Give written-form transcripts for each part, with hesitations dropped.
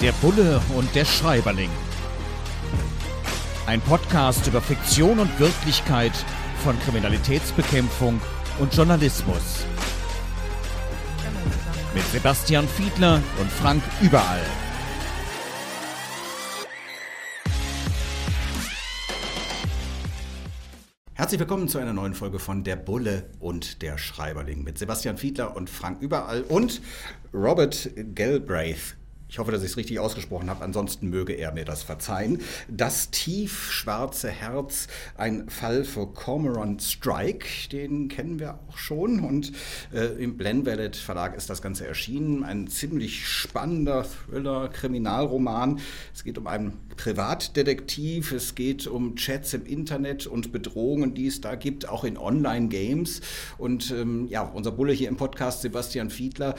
Der Bulle und der Schreiberling. Ein Podcast über Fiktion und Wirklichkeit von Kriminalitätsbekämpfung und Journalismus. Mit Sebastian Fiedler und Frank Überall. Herzlich willkommen zu einer neuen Folge von Der Bulle und der Schreiberling mit Sebastian Fiedler und Frank Überall und Robert Galbraith. Ich hoffe, dass ich es richtig ausgesprochen habe, ansonsten möge er mir das verzeihen. Das tiefschwarze Herz, ein Fall für Cormorant Strike, den kennen wir auch schon. Und im Blenvalet Verlag ist das Ganze erschienen. Ein ziemlich spannender Thriller, Kriminalroman. Es geht um einen Privatdetektiv, es geht um Chats im Internet und Bedrohungen, die es da gibt, auch in Online-Games. Und unser Bulle hier im Podcast, Sebastian Fiedler,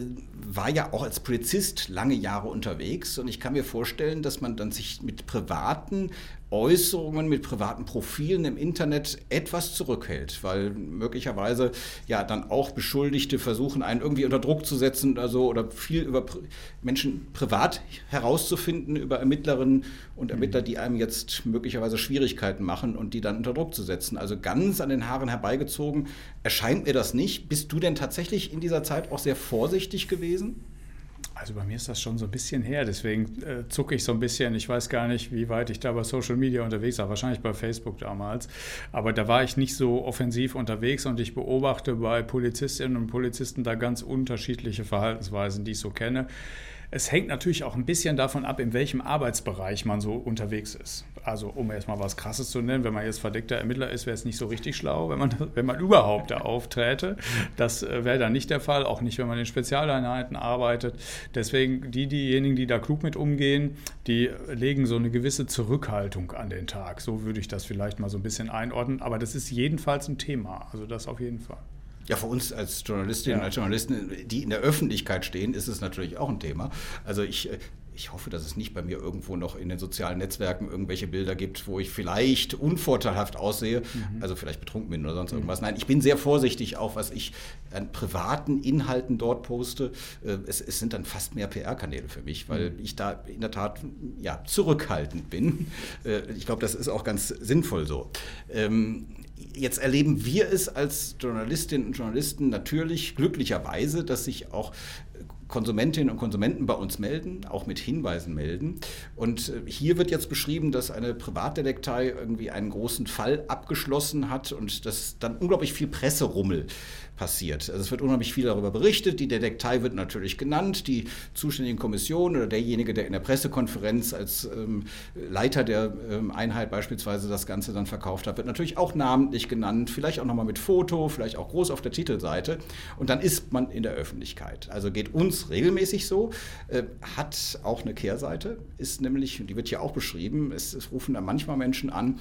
war ja auch als Polizist lange Jahre unterwegs und ich kann mir vorstellen, dass man dann sich mit privaten Äußerungen, mit privaten Profilen im Internet etwas zurückhält, weil möglicherweise ja dann auch Beschuldigte versuchen, einen irgendwie unter Druck zu setzen oder so, oder viel über Menschen privat herauszufinden, über Ermittlerinnen und Ermittler, die einem jetzt möglicherweise Schwierigkeiten machen und die dann unter Druck zu setzen. Also ganz an den Haaren herbeigezogen erscheint mir das nicht. Bist du denn tatsächlich in dieser Zeit auch sehr vorsichtig gewesen? Also bei mir ist das schon so ein bisschen her, deswegen zucke ich so ein bisschen. Ich weiß gar nicht, wie weit ich da bei Social Media unterwegs war, wahrscheinlich bei Facebook damals. Aber da war ich nicht so offensiv unterwegs und ich beobachte bei Polizistinnen und Polizisten da ganz unterschiedliche Verhaltensweisen, die ich so kenne. Es hängt natürlich auch ein bisschen davon ab, in welchem Arbeitsbereich man so unterwegs ist. Also um erstmal was Krasses zu nennen, wenn man jetzt verdeckter Ermittler ist, wäre es nicht so richtig schlau, wenn man überhaupt da aufträte. Das wäre dann nicht der Fall, auch nicht, wenn man in Spezialeinheiten arbeitet. Deswegen diejenigen, die da klug mit umgehen, die legen so eine gewisse Zurückhaltung an den Tag. So würde ich das vielleicht mal so ein bisschen einordnen. Aber das ist jedenfalls ein Thema, also das auf jeden Fall. Ja, für uns als Journalistinnen und Journalisten, die in der Öffentlichkeit stehen, ist es natürlich auch ein Thema. Also ich hoffe, dass es nicht bei mir irgendwo noch in den sozialen Netzwerken irgendwelche Bilder gibt, wo ich vielleicht unvorteilhaft aussehe, also vielleicht betrunken bin oder sonst irgendwas. Nein, ich bin sehr vorsichtig auch, was ich an privaten Inhalten dort poste. Es sind dann fast mehr PR-Kanäle für mich, weil ich da in der Tat zurückhaltend bin. Ich glaube, das ist auch ganz sinnvoll so. Jetzt erleben wir es als Journalistinnen und Journalisten natürlich glücklicherweise, dass sich auch Konsumentinnen und Konsumenten bei uns melden, auch mit Hinweisen melden. Und hier wird jetzt beschrieben, dass eine Privatdetektei irgendwie einen großen Fall abgeschlossen hat und dass dann unglaublich viel Presserummel passiert. Also es wird unheimlich viel darüber berichtet. Die Detektei wird natürlich genannt, die zuständigen Kommissionen oder derjenige, der in der Pressekonferenz als Leiter der Einheit beispielsweise das Ganze dann verkauft hat, wird natürlich auch namentlich genannt, vielleicht auch nochmal mit Foto, vielleicht auch groß auf der Titelseite. Und dann ist man in der Öffentlichkeit. Also geht uns regelmäßig so, hat auch eine Kehrseite, ist nämlich, die wird hier auch beschrieben, es rufen da manchmal Menschen an,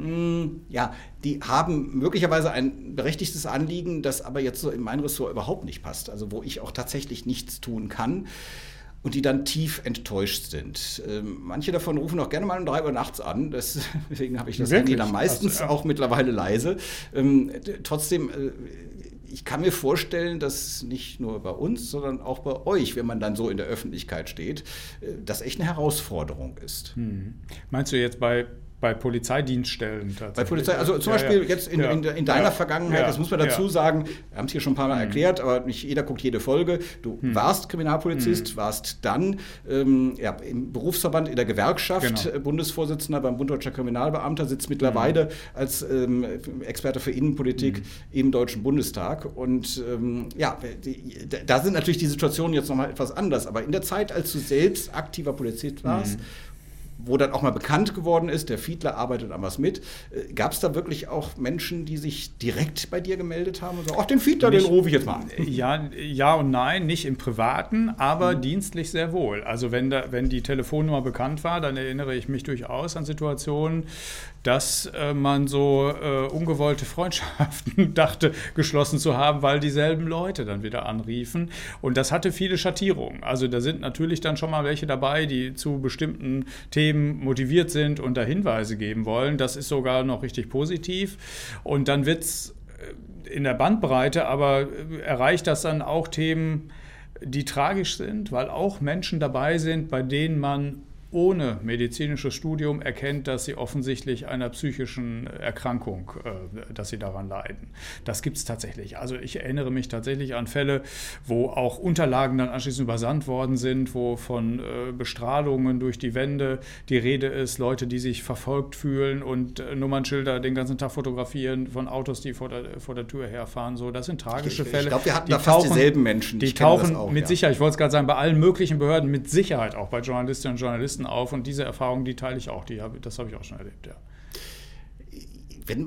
die haben möglicherweise ein berechtigtes Anliegen, das aber jetzt so in mein Ressort überhaupt nicht passt, also wo ich auch tatsächlich nichts tun kann und die dann tief enttäuscht sind. Manche davon rufen auch gerne mal um 3 Uhr nachts an, deswegen habe ich das Handy dann meistens auch mittlerweile leise. Trotzdem, ich kann mir vorstellen, dass nicht nur bei uns, sondern auch bei euch, wenn man dann so in der Öffentlichkeit steht, das echt eine Herausforderung ist. Meinst du jetzt bei Polizeidienststellen tatsächlich? Bei Polizei, also zum Beispiel jetzt in deiner Vergangenheit, das muss man dazu sagen, wir haben es hier schon ein paar Mal erklärt, aber nicht jeder guckt jede Folge. Du warst Kriminalpolizist, warst dann im Berufsverband in der Gewerkschaft, Bundesvorsitzender beim Bund Deutscher Kriminalbeamter, sitzt mittlerweile als Experte für Innenpolitik im Deutschen Bundestag. Und da sind natürlich die Situationen jetzt nochmal etwas anders. Aber in der Zeit, als du selbst aktiver Polizist warst, wo dann auch mal bekannt geworden ist, der Fiedler arbeitet an was mit. Gab es da wirklich auch Menschen, die sich direkt bei dir gemeldet haben und sagen, ach, den Fiedler, den rufe ich jetzt mal an? Ja und nein, nicht im Privaten, aber dienstlich sehr wohl. Also wenn die Telefonnummer bekannt war, dann erinnere ich mich durchaus an Situationen, dass man so ungewollte Freundschaften dachte, geschlossen zu haben, weil dieselben Leute dann wieder anriefen. Und das hatte viele Schattierungen. Also da sind natürlich dann schon mal welche dabei, die zu bestimmten Themen motiviert sind und da Hinweise geben wollen. Das ist sogar noch richtig positiv. Und dann wird es in der Bandbreite, aber erreicht das dann auch Themen, die tragisch sind, weil auch Menschen dabei sind, bei denen man ohne medizinisches Studium erkennt, dass sie offensichtlich einer psychischen Erkrankung, dass sie daran leiden. Das gibt es tatsächlich. Also ich erinnere mich tatsächlich an Fälle, wo auch Unterlagen dann anschließend übersandt worden sind, wo von Bestrahlungen durch die Wände die Rede ist, Leute, die sich verfolgt fühlen und Nummernschilder den ganzen Tag fotografieren von Autos, die vor der Tür herfahren. So, das sind tragische Fälle. Ich glaube, wir hatten da fast dieselben Menschen. Die tauchen mit Sicherheit, ich wollte es gerade sagen, bei allen möglichen Behörden mit Sicherheit auch bei Journalistinnen und Journalisten auf, und diese Erfahrung, die teile ich auch, das habe ich auch schon erlebt, ja. Wenn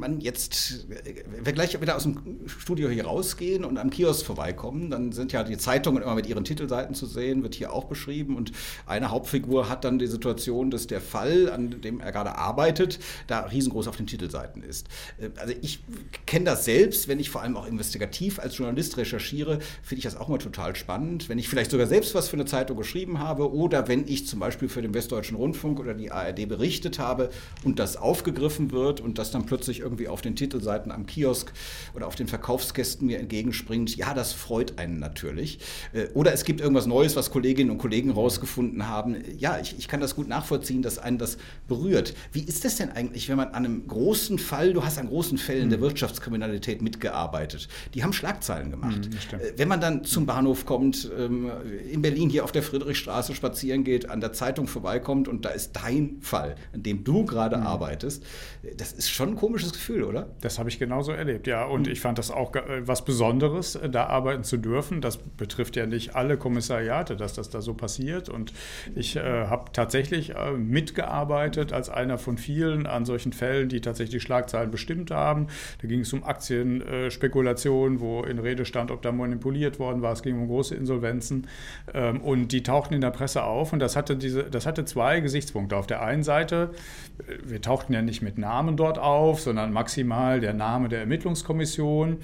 wir gleich wieder aus dem Studio hier rausgehen und am Kiosk vorbeikommen, dann sind ja die Zeitungen immer mit ihren Titelseiten zu sehen, wird hier auch beschrieben, und eine Hauptfigur hat dann die Situation, dass der Fall, an dem er gerade arbeitet, da riesengroß auf den Titelseiten ist. Also ich kenne das selbst, wenn ich vor allem auch investigativ als Journalist recherchiere, finde ich das auch mal total spannend, wenn ich vielleicht sogar selbst was für eine Zeitung geschrieben habe oder wenn ich zum Beispiel für den Westdeutschen Rundfunk oder die ARD berichtet habe und das aufgegriffen wird und das dann plötzlich irgendwie auf den Titelseiten am Kiosk oder auf den Verkaufskästen mir entgegenspringt, ja, das freut einen natürlich. Oder es gibt irgendwas Neues, was Kolleginnen und Kollegen rausgefunden haben. Ja, ich kann das gut nachvollziehen, dass einen das berührt. Wie ist das denn eigentlich, wenn man an einem großen Fall, du hast an großen Fällen der Wirtschaftskriminalität mitgearbeitet, die haben Schlagzeilen gemacht. Wenn man dann zum Bahnhof kommt, in Berlin hier auf der Friedrichstraße spazieren geht, an der Zeitung vorbeikommt und da ist dein Fall, an dem du gerade arbeitest, das ist schon ein komisches Gefühl, oder? Das habe ich genauso erlebt, ja. Und ich fand das auch was Besonderes, da arbeiten zu dürfen. Das betrifft ja nicht alle Kommissariate, dass das da so passiert. Und ich habe tatsächlich mitgearbeitet als einer von vielen an solchen Fällen, die tatsächlich Schlagzeilen bestimmt haben. Da ging es um Aktienspekulationen, wo in Rede stand, ob da manipuliert worden war. Es ging um große Insolvenzen. Und die tauchten in der Presse auf. Und das hatte zwei Gesichtspunkte. Auf der einen Seite, wir tauchten ja nicht mit Namen dort auf, sondern maximal der Name der Ermittlungskommission.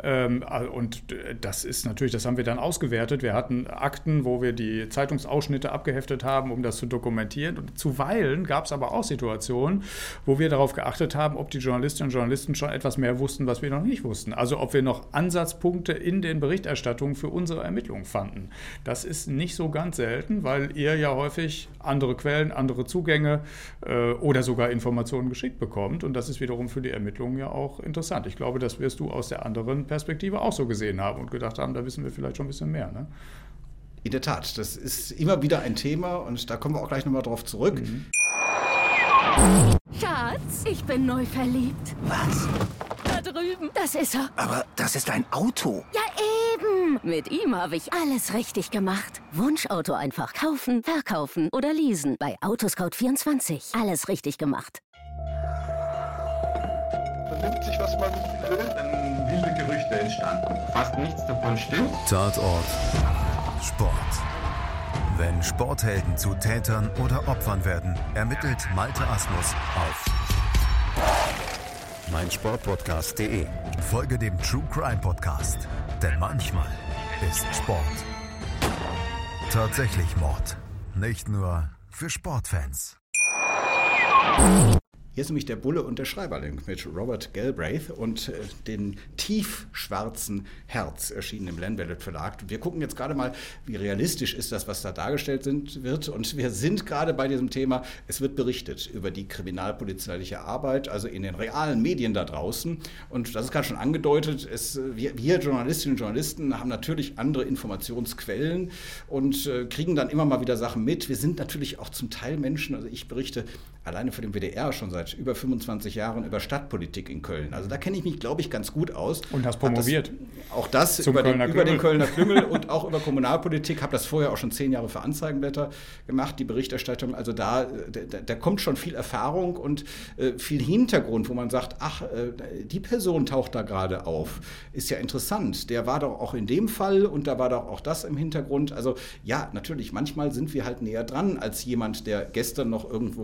Und das ist natürlich, das haben wir dann ausgewertet. Wir hatten Akten, wo wir die Zeitungsausschnitte abgeheftet haben, um das zu dokumentieren. Und zuweilen gab es aber auch Situationen, wo wir darauf geachtet haben, ob die Journalistinnen und Journalisten schon etwas mehr wussten, was wir noch nicht wussten. Also ob wir noch Ansatzpunkte in den Berichterstattungen für unsere Ermittlungen fanden. Das ist nicht so ganz selten, weil ihr ja häufig andere Quellen, andere Zugänge oder sogar Informationen geschickt bekommt. Und das ist wiederum für die Ermittlungen ja auch interessant. Ich glaube, das wirst du aus der anderen Perspektive auch so gesehen haben und gedacht haben, da wissen wir vielleicht schon ein bisschen mehr, ne? In der Tat, das ist immer wieder ein Thema und da kommen wir auch gleich nochmal drauf zurück. Schatz, ich bin neu verliebt. Was? Da drüben. Das ist er. Aber das ist ein Auto. Ja, eben. Mit ihm habe ich alles richtig gemacht. Wunschauto einfach kaufen, verkaufen oder leasen. Bei Autoscout24. Alles richtig gemacht. Vernimmt sich, was man will. Dann wilde Gerüchte entstanden. Fast nichts davon stimmt. Tatort Sport. Wenn Sporthelden zu Tätern oder Opfern werden, ermittelt Malte Asmus auf meinsportpodcast.de. Folge dem True Crime Podcast, denn manchmal ist Sport tatsächlich Mord. Nicht nur für Sportfans. Hier ist nämlich der Bulle und der Schreiberling mit Robert Galbraith und dem tiefschwarzen Herz, erschienen im Landwelt Verlag. Wir gucken jetzt gerade mal, wie realistisch ist das, was da dargestellt wird. Und wir sind gerade bei diesem Thema, es wird berichtet über die kriminalpolizeiliche Arbeit, also in den realen Medien da draußen. Und das ist gerade schon angedeutet, wir Journalistinnen und Journalisten haben natürlich andere Informationsquellen und kriegen dann immer mal wieder Sachen mit. Wir sind natürlich auch zum Teil Menschen, also ich berichte alleine für den WDR schon seit über 25 Jahren über Stadtpolitik in Köln. Also da kenne ich mich, glaube ich, ganz gut aus. Und hast promoviert. Auch das über den Kölner Klüngel und auch über Kommunalpolitik. Habe das vorher auch schon 10 Jahre für Anzeigenblätter gemacht, die Berichterstattung. Also da kommt schon viel Erfahrung und viel Hintergrund, wo man sagt, ach, die Person taucht da gerade auf. Ist ja interessant. Der war doch auch in dem Fall und da war doch auch das im Hintergrund. Also ja, natürlich, manchmal sind wir halt näher dran als jemand, der gestern noch irgendwo was bei einer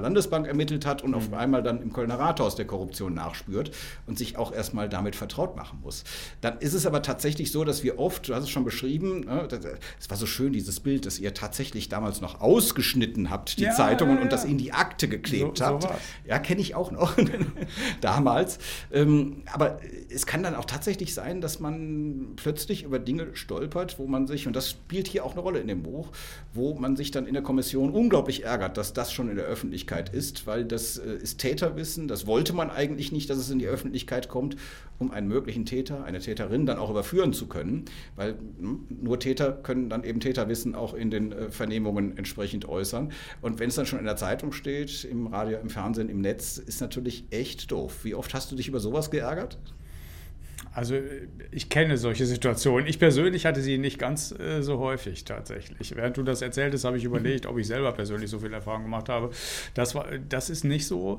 Landesbank ermittelt hat und auf einmal dann im Kölner Rathaus der Korruption nachspürt und sich auch erstmal damit vertraut machen muss. Dann ist es aber tatsächlich so, dass wir oft, du hast es schon beschrieben, ne, es war so schön, dieses Bild, dass ihr tatsächlich damals noch ausgeschnitten habt, die Zeitungen, und das in die Akte geklebt habt. So ja, kenne ich auch noch damals. Aber es kann dann auch tatsächlich sein, dass man plötzlich über Dinge stolpert, wo man sich, und das spielt hier auch eine Rolle in dem Buch, wo man sich dann in der Kommission unglaublich ärgert, dass das schon in der Öffentlichkeit ist, weil das ist Täterwissen, das wollte man eigentlich nicht, dass es in die Öffentlichkeit kommt, um einen möglichen Täter, eine Täterin dann auch überführen zu können, weil nur Täter können dann eben Täterwissen auch in den Vernehmungen entsprechend äußern. Und wenn es dann schon in der Zeitung steht, im Radio, im Fernsehen, im Netz, ist natürlich echt doof. Wie oft hast du dich über sowas geärgert? Also ich kenne solche Situationen. Ich persönlich hatte sie nicht ganz so häufig tatsächlich. Während du das erzähltest, habe ich überlegt, ob ich selber persönlich so viel Erfahrung gemacht habe. Das ist nicht so.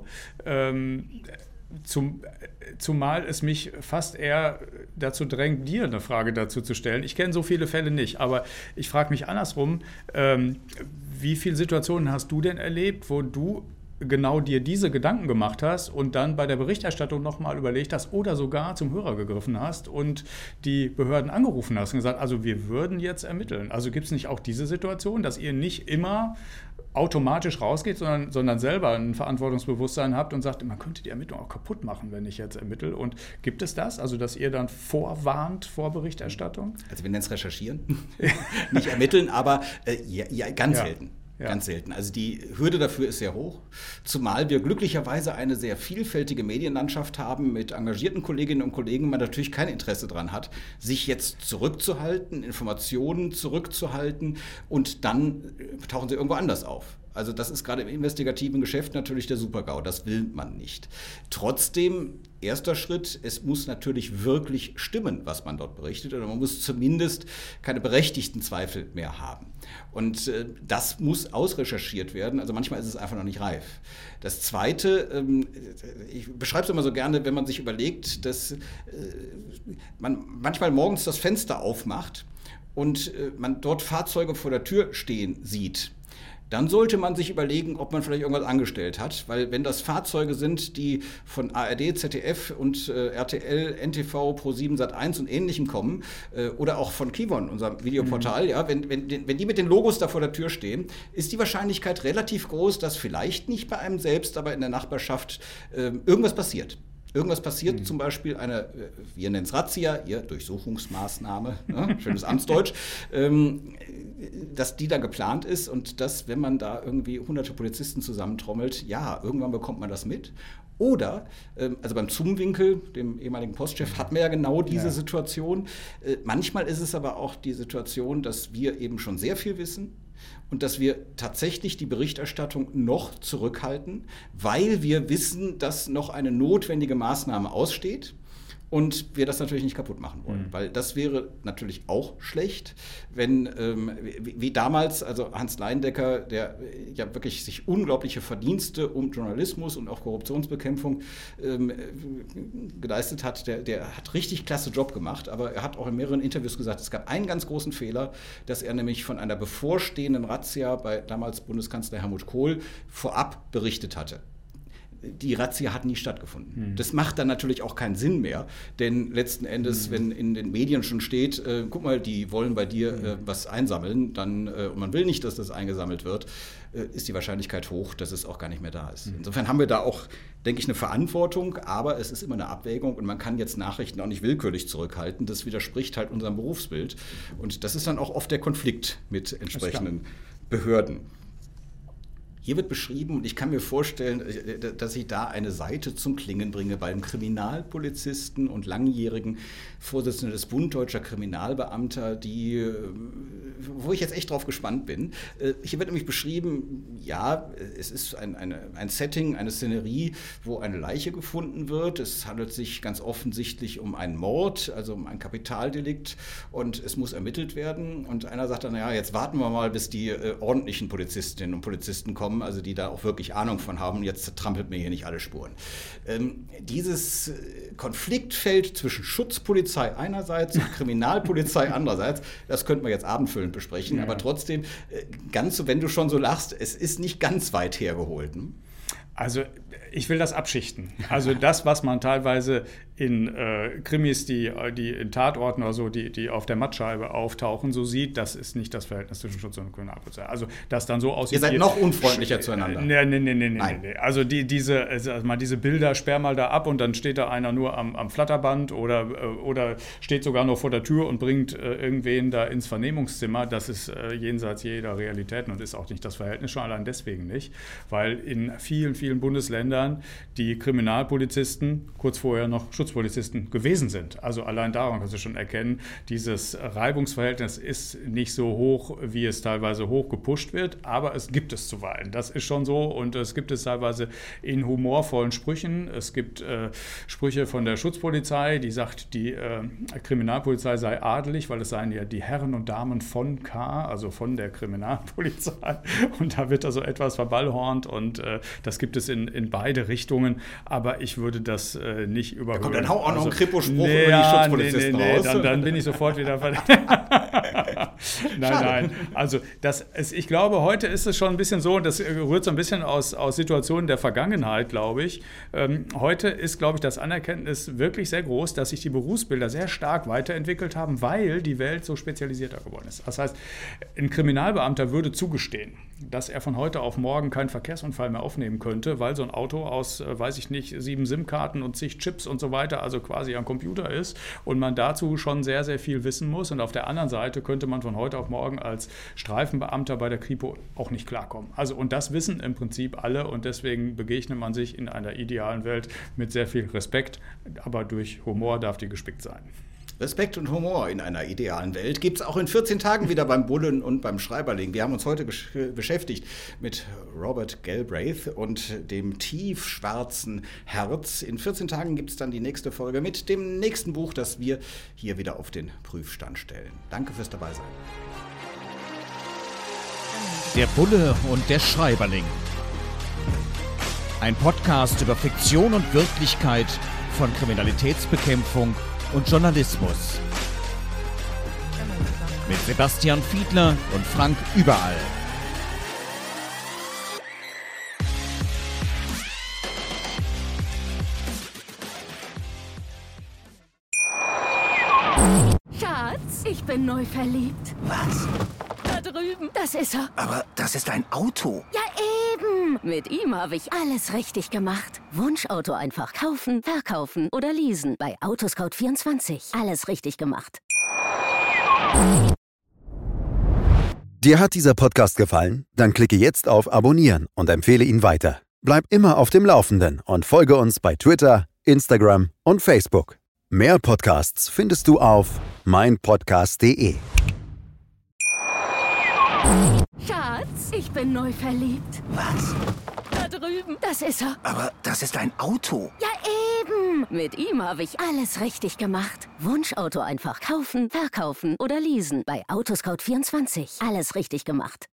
Zumal es mich fast eher dazu drängt, dir eine Frage dazu zu stellen. Ich kenne so viele Fälle nicht, aber ich frage mich andersrum, wie viele Situationen hast du denn erlebt, wo du genau dir diese Gedanken gemacht hast und dann bei der Berichterstattung nochmal überlegt hast oder sogar zum Hörer gegriffen hast und die Behörden angerufen hast und gesagt, also wir würden jetzt ermitteln. Also gibt es nicht auch diese Situation, dass ihr nicht immer automatisch rausgeht, sondern selber ein Verantwortungsbewusstsein habt und sagt, man könnte die Ermittlung auch kaputt machen, wenn ich jetzt ermittle. Und gibt es das? Also, dass ihr dann vorwarnt vor Berichterstattung? Also wir nennen es recherchieren, nicht ermitteln, aber ganz selten. Ja. Ganz selten. Also die Hürde dafür ist sehr hoch, zumal wir glücklicherweise eine sehr vielfältige Medienlandschaft haben mit engagierten Kolleginnen und Kollegen, man natürlich kein Interesse daran hat, sich jetzt zurückzuhalten, Informationen zurückzuhalten und dann tauchen sie irgendwo anders auf. Also das ist gerade im investigativen Geschäft natürlich der Super-GAU, das will man nicht. Trotzdem, erster Schritt, es muss natürlich wirklich stimmen, was man dort berichtet, oder man muss zumindest keine berechtigten Zweifel mehr haben. Und das muss ausrecherchiert werden, also manchmal ist es einfach noch nicht reif. Das Zweite, ich beschreibe es immer so gerne, wenn man sich überlegt, dass man manchmal morgens das Fenster aufmacht und man dort Fahrzeuge vor der Tür stehen sieht. Dann sollte man sich überlegen, ob man vielleicht irgendwas angestellt hat, weil wenn das Fahrzeuge sind, die von ARD, ZDF und RTL, NTV, Pro7, Sat1 und Ähnlichem kommen oder auch von Kivon, unserem Videoportal, ja, wenn die mit den Logos da vor der Tür stehen, ist die Wahrscheinlichkeit relativ groß, dass vielleicht nicht bei einem selbst, aber in der Nachbarschaft irgendwas passiert. Irgendwas passiert, zum Beispiel eine, wir nennen es Razzia, ihr Durchsuchungsmaßnahme, ne, schönes Amtsdeutsch, dass die da geplant ist und dass, wenn man da irgendwie hunderte Polizisten zusammentrommelt, ja, irgendwann bekommt man das mit. Oder, also beim Zumwinkel, dem ehemaligen Postchef, hatten wir ja genau diese Situation. Manchmal ist es aber auch die Situation, dass wir eben schon sehr viel wissen und dass wir tatsächlich die Berichterstattung noch zurückhalten, weil wir wissen, dass noch eine notwendige Maßnahme aussteht. Und wir das natürlich nicht kaputt machen wollen, weil das wäre natürlich auch schlecht, wenn, wie damals, also Hans Leindecker, der ja wirklich sich unglaubliche Verdienste um Journalismus und auch Korruptionsbekämpfung geleistet hat, der hat richtig klasse Job gemacht, aber er hat auch in mehreren Interviews gesagt, es gab einen ganz großen Fehler, dass er nämlich von einer bevorstehenden Razzia bei damals Bundeskanzler Helmut Kohl vorab berichtet hatte. Die Razzia hat nie stattgefunden. Das macht dann natürlich auch keinen Sinn mehr, denn letzten Endes, wenn in den Medien schon steht, guck mal, die wollen bei dir was einsammeln, dann, und man will nicht, dass das eingesammelt wird, ist die Wahrscheinlichkeit hoch, dass es auch gar nicht mehr da ist. Insofern haben wir da auch, denke ich, eine Verantwortung, aber es ist immer eine Abwägung und man kann jetzt Nachrichten auch nicht willkürlich zurückhalten. Das widerspricht halt unserem Berufsbild und das ist dann auch oft der Konflikt mit entsprechenden Behörden. Hier wird beschrieben, und ich kann mir vorstellen, dass ich da eine Seite zum Klingen bringe beim Kriminalpolizisten und langjährigen Vorsitzenden des Bund Deutscher Kriminalbeamter, wo ich jetzt echt drauf gespannt bin. Hier wird nämlich beschrieben, ja, es ist ein Setting, eine Szenerie, wo eine Leiche gefunden wird. Es handelt sich ganz offensichtlich um einen Mord, also um ein Kapitaldelikt, und es muss ermittelt werden. Und einer sagt dann, naja, jetzt warten wir mal, bis die ordentlichen Polizistinnen und Polizisten kommen, also die da auch wirklich Ahnung von haben, jetzt trampelt mir hier nicht alle Spuren. Dieses Konfliktfeld zwischen Schutzpolizei einerseits und Kriminalpolizei andererseits, das könnten wir jetzt abendfüllend besprechen, aber trotzdem, ganz so, wenn du schon so lachst, es ist nicht ganz weit hergeholt. Also ich will das abschichten. Also das, was man teilweise in Krimis, die in Tatorten oder so, die auf der Mattscheibe auftauchen, so sieht, das ist nicht das Verhältnis zwischen Schutz und Kriminalpolizei. Also das dann so aussieht. Ihr seid noch unfreundlicher zueinander. Nee. Also diese Bilder, sperr mal da ab und dann steht da einer nur am Flatterband oder steht sogar noch vor der Tür und bringt irgendwen da ins Vernehmungszimmer. Das ist jenseits jeder Realitäten und ist auch nicht das Verhältnis, schon allein deswegen nicht. Weil in vielen, vielen Bundesländern die Kriminalpolizisten kurz vorher noch Schutzpolizisten gewesen sind. Also allein daran kannst du schon erkennen, dieses Reibungsverhältnis ist nicht so hoch, wie es teilweise hoch gepusht wird, aber es gibt es zuweilen. Das ist schon so und es gibt es teilweise in humorvollen Sprüchen. Es gibt Sprüche von der Schutzpolizei, die sagt, die Kriminalpolizei sei adelig, weil es seien ja die Herren und Damen von K, also von der Kriminalpolizei. Und da wird also etwas verballhornt und das gibt es in beide Richtungen, aber ich würde das nicht überhöhen. Da kommt dann auch noch ein Kripo-Spruch über die Schutzpolizisten raus. Dann bin ich sofort wieder Nein. Also ich glaube, heute ist es schon ein bisschen so, und das rührt so ein bisschen aus Situationen der Vergangenheit, glaube ich. Heute ist, glaube ich, das Anerkenntnis wirklich sehr groß, dass sich die Berufsbilder sehr stark weiterentwickelt haben, weil die Welt so spezialisierter geworden ist. Das heißt, ein Kriminalbeamter würde zugestehen, dass er von heute auf morgen keinen Verkehrsunfall mehr aufnehmen könnte, weil so ein Auto aus, 7 SIM-Karten und zig Chips und so weiter, also quasi ein Computer ist und man dazu schon sehr, sehr viel wissen muss. Und auf der anderen Seite könnte man von heute auf morgen als Streifenbeamter bei der Kripo auch nicht klarkommen. Also und das wissen im Prinzip alle und deswegen begegnet man sich in einer idealen Welt mit sehr viel Respekt, aber durch Humor darf die gespickt sein. Respekt und Humor in einer idealen Welt gibt es auch in 14 Tagen wieder beim Bullen und beim Schreiberling. Wir haben uns heute beschäftigt mit Robert Galbraith und dem tiefschwarzen Herz. In 14 Tagen gibt es dann die nächste Folge mit dem nächsten Buch, das wir hier wieder auf den Prüfstand stellen. Danke fürs Dabeisein. Der Bulle und der Schreiberling. Ein Podcast über Fiktion und Wirklichkeit von Kriminalitätsbekämpfung und Journalismus. Mit Sebastian Fiedler und Frank Überall. Schatz, ich bin neu verliebt. Was? Da drüben. Das ist er. Aber das ist ein Auto. Ja, eben. Mit ihm habe ich alles richtig gemacht. Wunschauto einfach kaufen, verkaufen oder leasen. Bei Autoscout24. Alles richtig gemacht. Dir hat dieser Podcast gefallen? Dann klicke jetzt auf Abonnieren und empfehle ihn weiter. Bleib immer auf dem Laufenden und folge uns bei Twitter, Instagram und Facebook. Mehr Podcasts findest du auf meinpodcast.de. Schatz, ich bin neu verliebt. Was? Da drüben. Das ist er. Aber das ist ein Auto. Ja, eben. Mit ihm habe ich alles richtig gemacht. Wunschauto einfach kaufen, verkaufen oder leasen. Bei Autoscout24. Alles richtig gemacht.